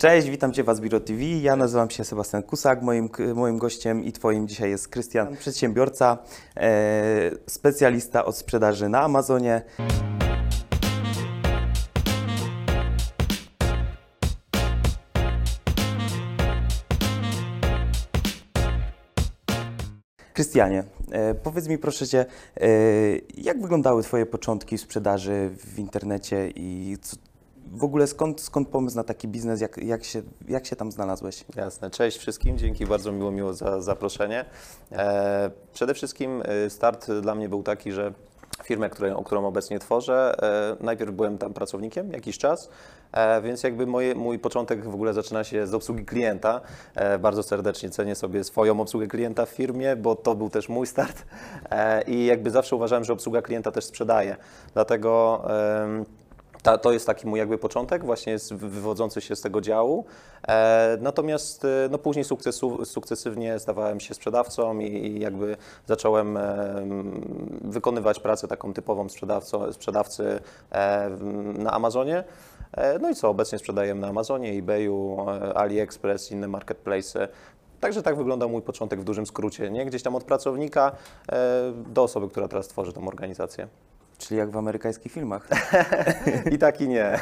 Cześć, witam Cię w Asbiro TV. Ja nazywam się Sebastian Kusak. Moim gościem i Twoim dzisiaj jest Krystian, przedsiębiorca, specjalista od sprzedaży na Amazonie. Krystianie, powiedz mi proszę Cię, jak wyglądały Twoje początki w sprzedaży w internecie i w ogóle skąd pomysł na taki biznes, jak się tam znalazłeś? Jasne, cześć wszystkim, dzięki, bardzo miło za zaproszenie. Przede wszystkim start dla mnie był taki, że firmę, którą obecnie tworzę, najpierw byłem tam pracownikiem jakiś czas, więc jakby mój początek w ogóle zaczyna się z obsługi klienta. Bardzo serdecznie cenię sobie swoją obsługę klienta w firmie, bo to był też mój start i jakby zawsze uważałem, że obsługa klienta też sprzedaje, dlatego to jest taki mój jakby początek, właśnie wywodzący się z tego działu. Natomiast no później sukcesywnie stawałem się sprzedawcą i jakby zacząłem wykonywać pracę taką typową sprzedawcy na Amazonie. No i co, obecnie sprzedajemy na Amazonie, eBayu, AliExpress, inne marketplace'y. Także tak wygląda mój początek w dużym skrócie, nie? Gdzieś tam od pracownika do osoby, która teraz tworzy tą organizację. Czyli jak w amerykańskich filmach. I tak i nie.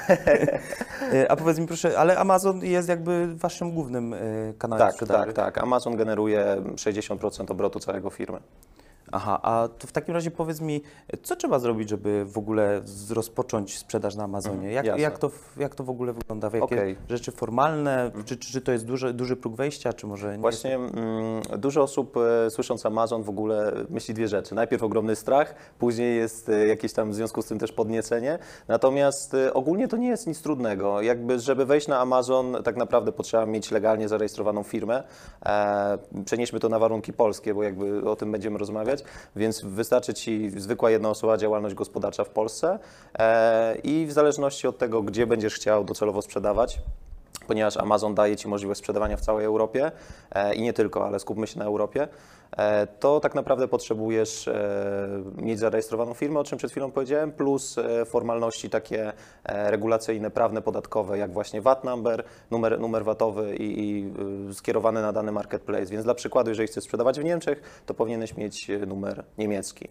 A powiedz mi proszę, ale Amazon jest jakby waszym głównym kanałem sprzedaży? Tak. Amazon generuje 60% obrotu całego firmy. Aha, a to w takim razie powiedz mi, co trzeba zrobić, żeby w ogóle rozpocząć sprzedaż na Amazonie? Jak to w ogóle wygląda? Jakie rzeczy formalne? Czy to jest duży próg wejścia, czy może nie? Właśnie dużo osób słysząc Amazon w ogóle myśli dwie rzeczy. Najpierw ogromny strach, później jest jakieś tam w związku z tym też podniecenie. Natomiast ogólnie to nie jest nic trudnego. Jakby, żeby wejść na Amazon, tak naprawdę potrzeba mieć legalnie zarejestrowaną firmę. Przenieśmy to na warunki polskie, bo jakby o tym będziemy rozmawiać. Więc wystarczy Ci zwykła jednoosobowa działalność gospodarcza w Polsce i w zależności od tego, gdzie będziesz chciał docelowo sprzedawać, ponieważ Amazon daje Ci możliwość sprzedawania w całej Europie i nie tylko, ale skupmy się na Europie, to tak naprawdę potrzebujesz mieć zarejestrowaną firmę, o czym przed chwilą powiedziałem, plus formalności takie regulacyjne, prawne, podatkowe, jak właśnie VAT number, numer VAT-owy i skierowany na dany marketplace. Więc dla przykładu, jeżeli chcesz sprzedawać w Niemczech, to powinieneś mieć numer niemiecki.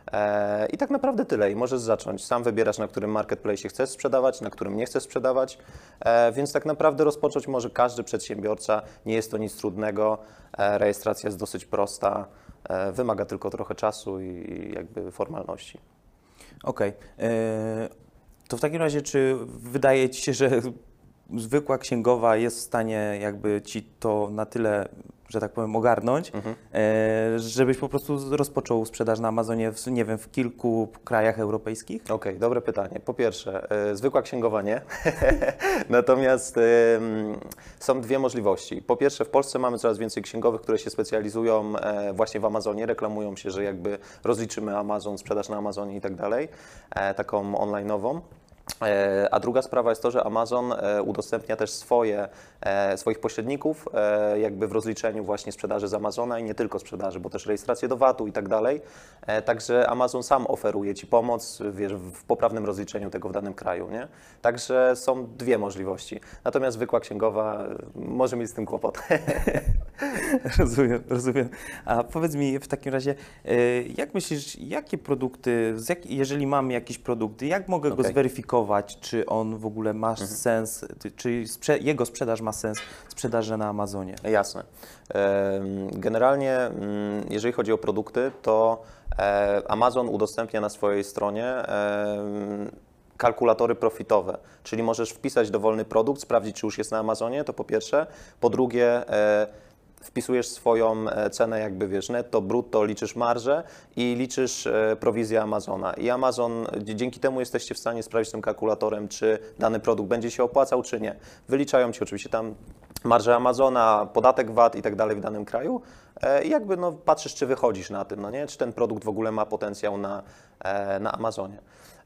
I tak naprawdę tyle i możesz zacząć. Sam wybierasz, na którym marketplace chcesz sprzedawać, na którym nie chcesz sprzedawać, więc tak naprawdę rozpocząć może każdy przedsiębiorca. Nie jest to nic trudnego, rejestracja jest dosyć prosta, wymaga tylko trochę czasu i jakby formalności. Okej. To w takim razie, czy wydaje Ci się, że zwykła księgowa jest w stanie jakby Ci to na tyle, że tak powiem, ogarnąć, żebyś po prostu rozpoczął sprzedaż na Amazonie nie wiem, w kilku krajach europejskich? Okej, dobre pytanie. Po pierwsze, zwykła księgowa nie, natomiast są dwie możliwości. Po pierwsze, w Polsce mamy coraz więcej księgowych, które się specjalizują właśnie w Amazonie, reklamują się, że jakby rozliczymy Amazon, sprzedaż na Amazonie i tak dalej, taką online'ową. A druga sprawa jest to, że Amazon udostępnia też swoich pośredników jakby w rozliczeniu właśnie sprzedaży z Amazona i nie tylko sprzedaży, bo też rejestrację do VAT-u i tak dalej. Także Amazon sam oferuje Ci pomoc, wiesz, w poprawnym rozliczeniu tego w danym kraju, nie? Także są dwie możliwości. Natomiast zwykła księgowa może mieć z tym kłopot. Rozumiem. A powiedz mi w takim razie, jak myślisz, jakie produkty, jeżeli mam jakiś produkt, jak mogę go zweryfikować, czy on w ogóle ma sens, czy jego sprzedaż ma sens sprzedaży na Amazonie? Jasne. Generalnie, jeżeli chodzi o produkty, to Amazon udostępnia na swojej stronie kalkulatory profitowe, czyli możesz wpisać dowolny produkt, sprawdzić, czy już jest na Amazonie, to po pierwsze. Po drugie, wpisujesz swoją cenę jakby, wiesz, netto, brutto, liczysz marżę i liczysz prowizję Amazona. I Amazon, dzięki temu jesteście w stanie sprawdzić tym kalkulatorem, czy dany produkt będzie się opłacał, czy nie. Wyliczają Ci oczywiście tam marżę Amazona, podatek VAT i tak dalej w danym kraju i jakby no, patrzysz, czy wychodzisz na tym, no nie? Czy ten produkt w ogóle ma potencjał na Amazonie.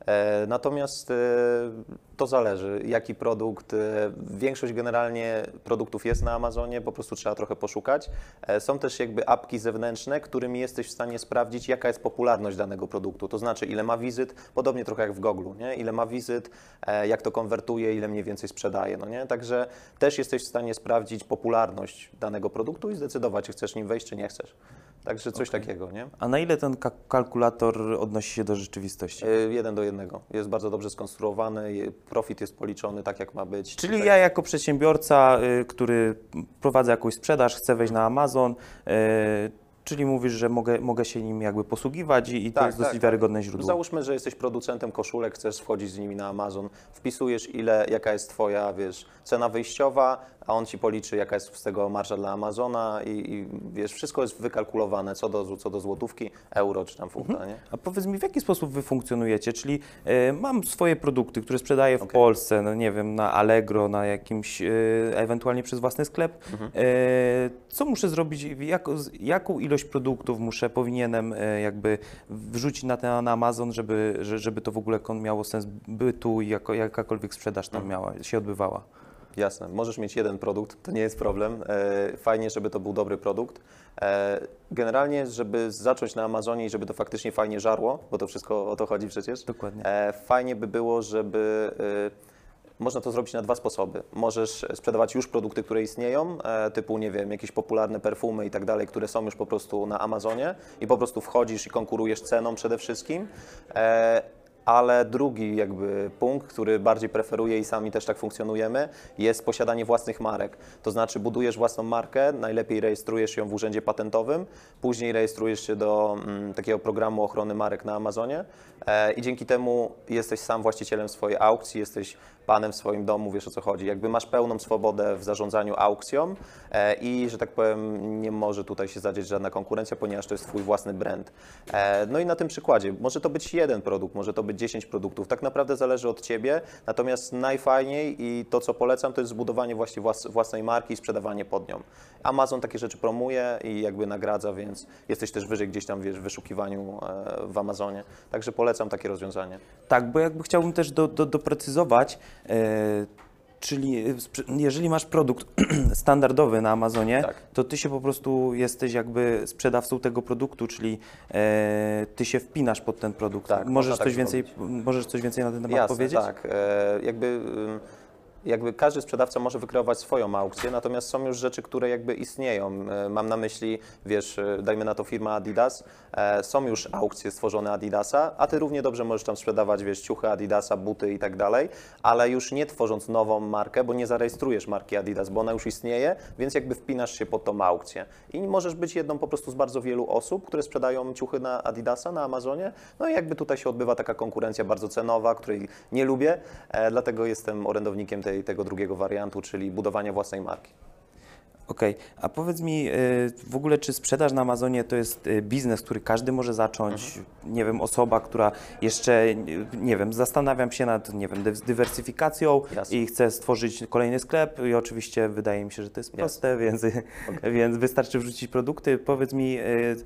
Natomiast to zależy, jaki produkt. Większość generalnie produktów jest na Amazonie, po prostu trzeba trochę poszukać. Są też jakby apki zewnętrzne, którymi jesteś w stanie sprawdzić, jaka jest popularność danego produktu. To znaczy, ile ma wizyt, podobnie trochę jak w Google'u, nie? Ile ma wizyt, jak to konwertuje, ile mniej więcej sprzedaje. No nie? Także też jesteś w stanie sprawdzić popularność danego produktu i zdecydować, czy chcesz nim wejść, czy nie chcesz. Także coś takiego, nie? A na ile ten kalkulator odnosi się do rzeczywistości? 1 do 1. Jest bardzo dobrze skonstruowany, profit jest policzony tak, jak ma być. Czyli ja jako przedsiębiorca, który prowadzę jakąś sprzedaż, chcę wejść na Amazon, czyli mówisz, że mogę się nim jakby posługiwać i to jest dosyć wiarygodne źródło. Załóżmy, że jesteś producentem koszulek, chcesz wchodzić z nimi na Amazon, wpisujesz jaka jest twoja, cena wyjściowa, a on ci policzy, jaka jest z tego marża dla Amazona i wszystko jest wykalkulowane co do złotówki, euro czy tam funta, nie? A powiedz mi, w jaki sposób wy funkcjonujecie? Czyli mam swoje produkty, które sprzedaję w Polsce, no nie wiem, na Allegro, na jakimś, ewentualnie przez własny sklep. Co muszę zrobić, jaką ilość produktów powinienem jakby wrzucić na Amazon, żeby to w ogóle miało sens bytu i jakakolwiek sprzedaż tam się odbywała? Jasne, możesz mieć jeden produkt, to nie jest problem. Fajnie, żeby to był dobry produkt. Generalnie, żeby zacząć na Amazonie i żeby to faktycznie fajnie żarło, bo to wszystko o to chodzi przecież. Dokładnie. Fajnie by było, żeby... Można to zrobić na 2 sposoby. Możesz sprzedawać już produkty, które istnieją, typu, nie wiem, jakieś popularne perfumy i tak dalej, które są już po prostu na Amazonie i po prostu wchodzisz i konkurujesz ceną przede wszystkim. Ale drugi jakby punkt, który bardziej preferuję i sami też tak funkcjonujemy, jest posiadanie własnych marek. To znaczy budujesz własną markę, najlepiej rejestrujesz ją w urzędzie patentowym, później rejestrujesz się do takiego programu ochrony marek na Amazonie i dzięki temu jesteś sam właścicielem swojej aukcji, jesteś panem w swoim domu, wiesz o co chodzi. Jakby masz pełną swobodę w zarządzaniu aukcją i, że tak powiem, nie może tutaj się zadzieć żadna konkurencja, ponieważ to jest twój własny brand. No i na tym przykładzie, może to być jeden produkt, może to być 10 produktów, tak naprawdę zależy od ciebie, natomiast najfajniej i to, co polecam, to jest zbudowanie właśnie własnej marki i sprzedawanie pod nią. Amazon takie rzeczy promuje i jakby nagradza, więc jesteś też wyżej gdzieś tam, wiesz, w wyszukiwaniu w Amazonie, także polecam takie rozwiązanie. Tak, bo jakby chciałbym też doprecyzować, czyli jeżeli masz produkt standardowy na Amazonie, to ty się po prostu jesteś jakby sprzedawcą tego produktu, czyli ty się wpinasz pod ten produkt. Tak, możesz tak coś więcej na ten temat powiedzieć? Tak. Jakby każdy sprzedawca może wykreować swoją aukcję, natomiast są już rzeczy, które jakby istnieją. Mam na myśli, wiesz, dajmy na to firma Adidas, są już aukcje stworzone Adidasa, a ty równie dobrze możesz tam sprzedawać, wiesz, ciuchy Adidasa, buty i tak dalej, ale już nie tworząc nową markę, bo nie zarejestrujesz marki Adidas, bo ona już istnieje, więc jakby wpinasz się pod tą aukcję. I możesz być jedną po prostu z bardzo wielu osób, które sprzedają ciuchy na Adidasa na Amazonie, no i jakby tutaj się odbywa taka konkurencja bardzo cenowa, której nie lubię, dlatego jestem orędownikiem tego drugiego wariantu, czyli budowania własnej marki. Okej, a powiedz mi w ogóle, czy sprzedaż na Amazonie to jest biznes, który każdy może zacząć? Nie wiem, osoba, która jeszcze, nie wiem, zastanawiam się nad, nie wiem, dywersyfikacją i chcę stworzyć kolejny sklep i oczywiście wydaje mi się, że to jest proste, więc wystarczy wrzucić produkty. Powiedz mi,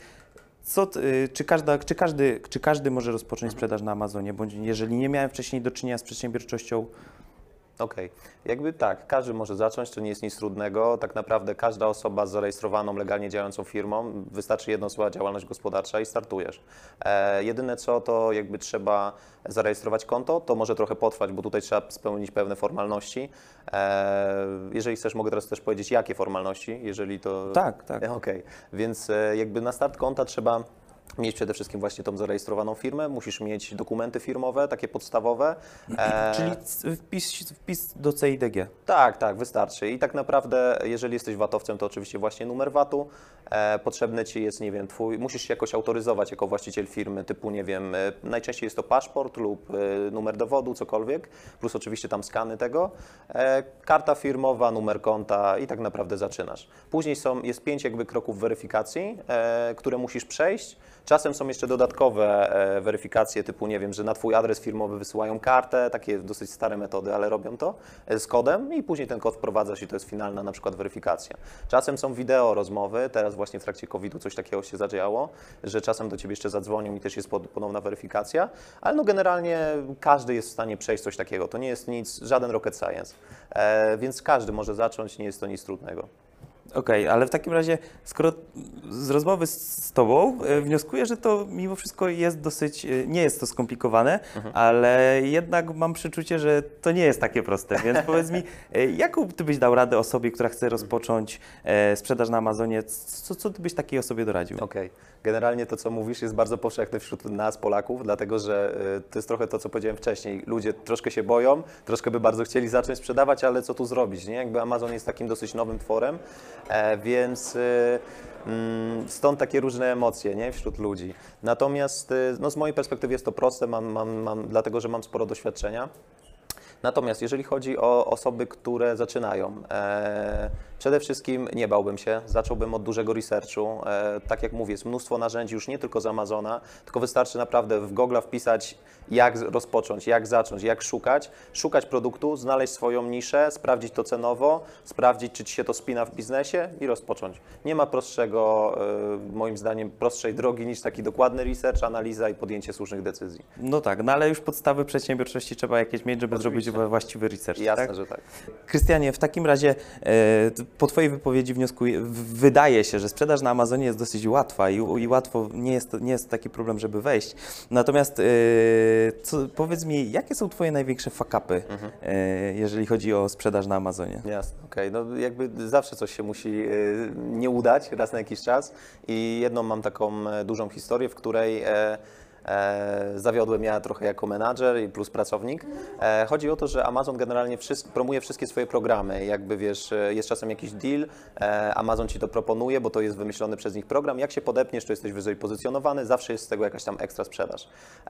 czy każdy może rozpocząć sprzedaż na Amazonie, bądź jeżeli nie miałem wcześniej do czynienia z przedsiębiorczością? Okej. Jakby tak, każdy może zacząć, to nie jest nic trudnego. Tak naprawdę każda osoba z zarejestrowaną, legalnie działającą firmą, wystarczy jedna osoba działalność gospodarcza i startujesz. Jedyne co, to jakby trzeba zarejestrować konto, to może trochę potrwać, bo tutaj trzeba spełnić pewne formalności. Jeżeli chcesz, mogę teraz też powiedzieć, jakie formalności, jeżeli to... Tak. Okej. Więc jakby na start konta trzeba mieć przede wszystkim właśnie tą zarejestrowaną firmę, musisz mieć dokumenty firmowe, takie podstawowe. Czyli wpis do CIDG. Tak, wystarczy. I tak naprawdę, jeżeli jesteś VAT-owcem, to oczywiście właśnie numer VAT-u. Potrzebny ci jest, nie wiem, musisz się jakoś autoryzować jako właściciel firmy, typu, nie wiem, najczęściej jest to paszport lub numer dowodu, cokolwiek, plus oczywiście tam skany tego, karta firmowa, numer konta i tak naprawdę zaczynasz. Później jest 5 jakby kroków weryfikacji, które musisz przejść. Czasem są jeszcze dodatkowe weryfikacje typu, nie wiem, że na Twój adres firmowy wysyłają kartę, takie dosyć stare metody, ale robią to z kodem i później ten kod wprowadzasz i to jest finalna na przykład weryfikacja. Czasem są wideo rozmowy, teraz właśnie w trakcie COVID-u coś takiego się zadziało, że czasem do Ciebie jeszcze zadzwonią i też jest ponowna weryfikacja, ale no generalnie każdy jest w stanie przejść coś takiego. To nie jest nic, żaden rocket science, więc każdy może zacząć, nie jest to nic trudnego. Okej, ale w takim razie, skoro z rozmowy z Tobą wnioskuję, że to mimo wszystko jest dosyć, nie jest to skomplikowane, ale jednak mam przeczucie, że to nie jest takie proste, więc powiedz mi, jaką Ty byś dał radę osobie, która chce rozpocząć sprzedaż na Amazonie, co Ty byś takiej osobie doradził? Okej. Generalnie to, co mówisz, jest bardzo powszechne wśród nas, Polaków, dlatego że to jest trochę to, co powiedziałem wcześniej. Ludzie troszkę się boją, troszkę by bardzo chcieli zacząć sprzedawać, ale co tu zrobić, nie? Jakby Amazon jest takim dosyć nowym tworem, więc stąd takie różne emocje, nie? Wśród ludzi. Natomiast no, z mojej perspektywy jest to proste, dlatego że mam sporo doświadczenia. Natomiast jeżeli chodzi o osoby, które zaczynają, przede wszystkim nie bałbym się, zacząłbym od dużego researchu. Tak jak mówię, jest mnóstwo narzędzi już nie tylko z Amazona, tylko wystarczy naprawdę w Google'a wpisać, jak rozpocząć, jak zacząć, jak szukać produktu, znaleźć swoją niszę, sprawdzić to cenowo, sprawdzić, czy Ci się to spina w biznesie i rozpocząć. Nie ma prostszego, moim zdaniem, prostszej drogi niż taki dokładny research, analiza i podjęcie słusznych decyzji. No tak, no ale już podstawy przedsiębiorczości trzeba jakieś mieć, żeby zrobić właściwy research. Jasne, tak? że tak. Krystianie, w takim razie po Twojej wypowiedzi wnioskuję, wydaje się, że sprzedaż na Amazonie jest dosyć łatwa i łatwo nie jest taki problem, żeby wejść. Natomiast powiedz mi, jakie są Twoje największe fuck-upy, jeżeli chodzi o sprzedaż na Amazonie? Jasne, okej. No jakby zawsze coś się musi nie udać raz na jakiś czas i jedną mam taką dużą historię, w której zawiodłem ja trochę jako menadżer i plus pracownik. Chodzi o to, że Amazon generalnie promuje wszystkie swoje programy. Jakby wiesz, jest czasem jakiś deal, Amazon Ci to proponuje, bo to jest wymyślony przez nich program. Jak się podepniesz, to jesteś wyżej pozycjonowany, zawsze jest z tego jakaś tam ekstra sprzedaż.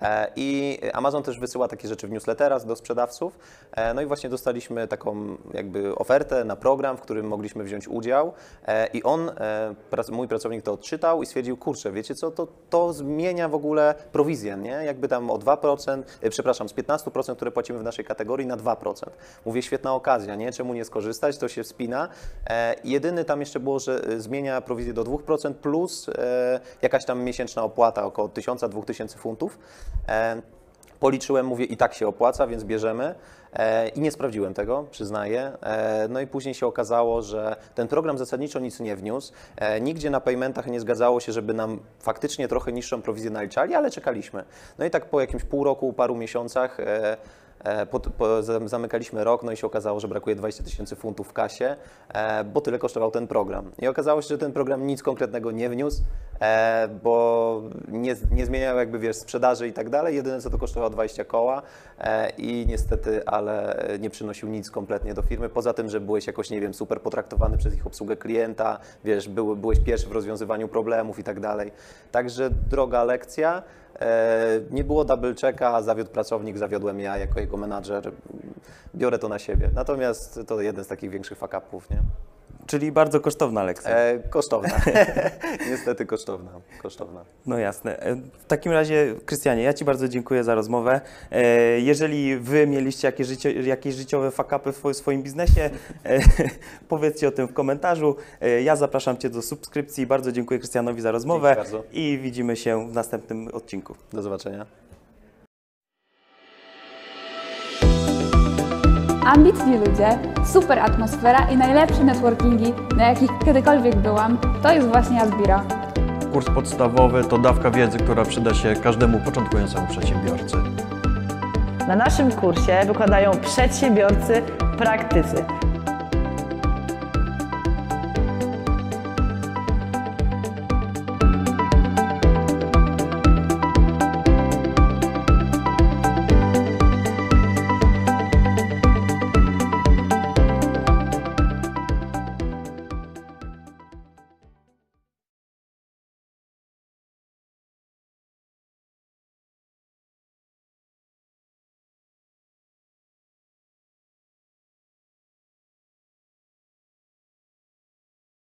I Amazon też wysyła takie rzeczy w newsletterach do sprzedawców. No i właśnie dostaliśmy taką jakby ofertę na program, w którym mogliśmy wziąć udział i mój pracownik to odczytał i stwierdził, kurczę, wiecie co, to zmienia w ogóle prowizję, nie? Jakby tam o 2%, przepraszam, z 15%, które płacimy w naszej kategorii na 2%. Mówię, świetna okazja, nie? Czemu nie skorzystać? To się wspina. Jedyny tam jeszcze było, że zmienia prowizję do 2% plus jakaś tam miesięczna opłata, około 1000–2000 funtów. Policzyłem, mówię, i tak się opłaca, więc bierzemy. I nie sprawdziłem tego, przyznaję. No i później się okazało, że ten program zasadniczo nic nie wniósł. Nigdzie na paymentach nie zgadzało się, żeby nam faktycznie trochę niższą prowizję naliczali, ale czekaliśmy. No i tak po jakimś pół roku, paru miesiącach zamykaliśmy rok, no i się okazało, że brakuje 20 000 funtów w kasie, bo tyle kosztował ten program. I okazało się, że ten program nic konkretnego nie wniósł, bo nie zmieniał jakby, wiesz, sprzedaży i tak dalej. Jedyne co to kosztowało 20 koła i niestety, ale nie przynosił nic kompletnie do firmy, poza tym, że byłeś jakoś, nie wiem, super potraktowany przez ich obsługę klienta, wiesz, byłeś pierwszy w rozwiązywaniu problemów i tak dalej. Także droga lekcja. Nie było double checka, zawiódł pracownik, zawiodłem ja jako jego menadżer. Biorę to na siebie. Natomiast to jeden z takich większych fuck-upów, nie? Czyli bardzo kosztowna lekcja. Kosztowna. Niestety kosztowna. No jasne. W takim razie, Krystianie, ja Ci bardzo dziękuję za rozmowę. Jeżeli Wy mieliście jakieś życiowe fuck-upy w swoim biznesie, powiedzcie o tym w komentarzu. Ja zapraszam Cię do subskrypcji. Bardzo dziękuję Krystianowi za rozmowę i widzimy się w następnym odcinku. Do zobaczenia. Ambitni ludzie, super atmosfera i najlepsze networkingi, na jakich kiedykolwiek byłam, to jest właśnie Asbiro. Kurs podstawowy to dawka wiedzy, która przyda się każdemu początkującemu przedsiębiorcy. Na naszym kursie wykładają przedsiębiorcy, praktycy.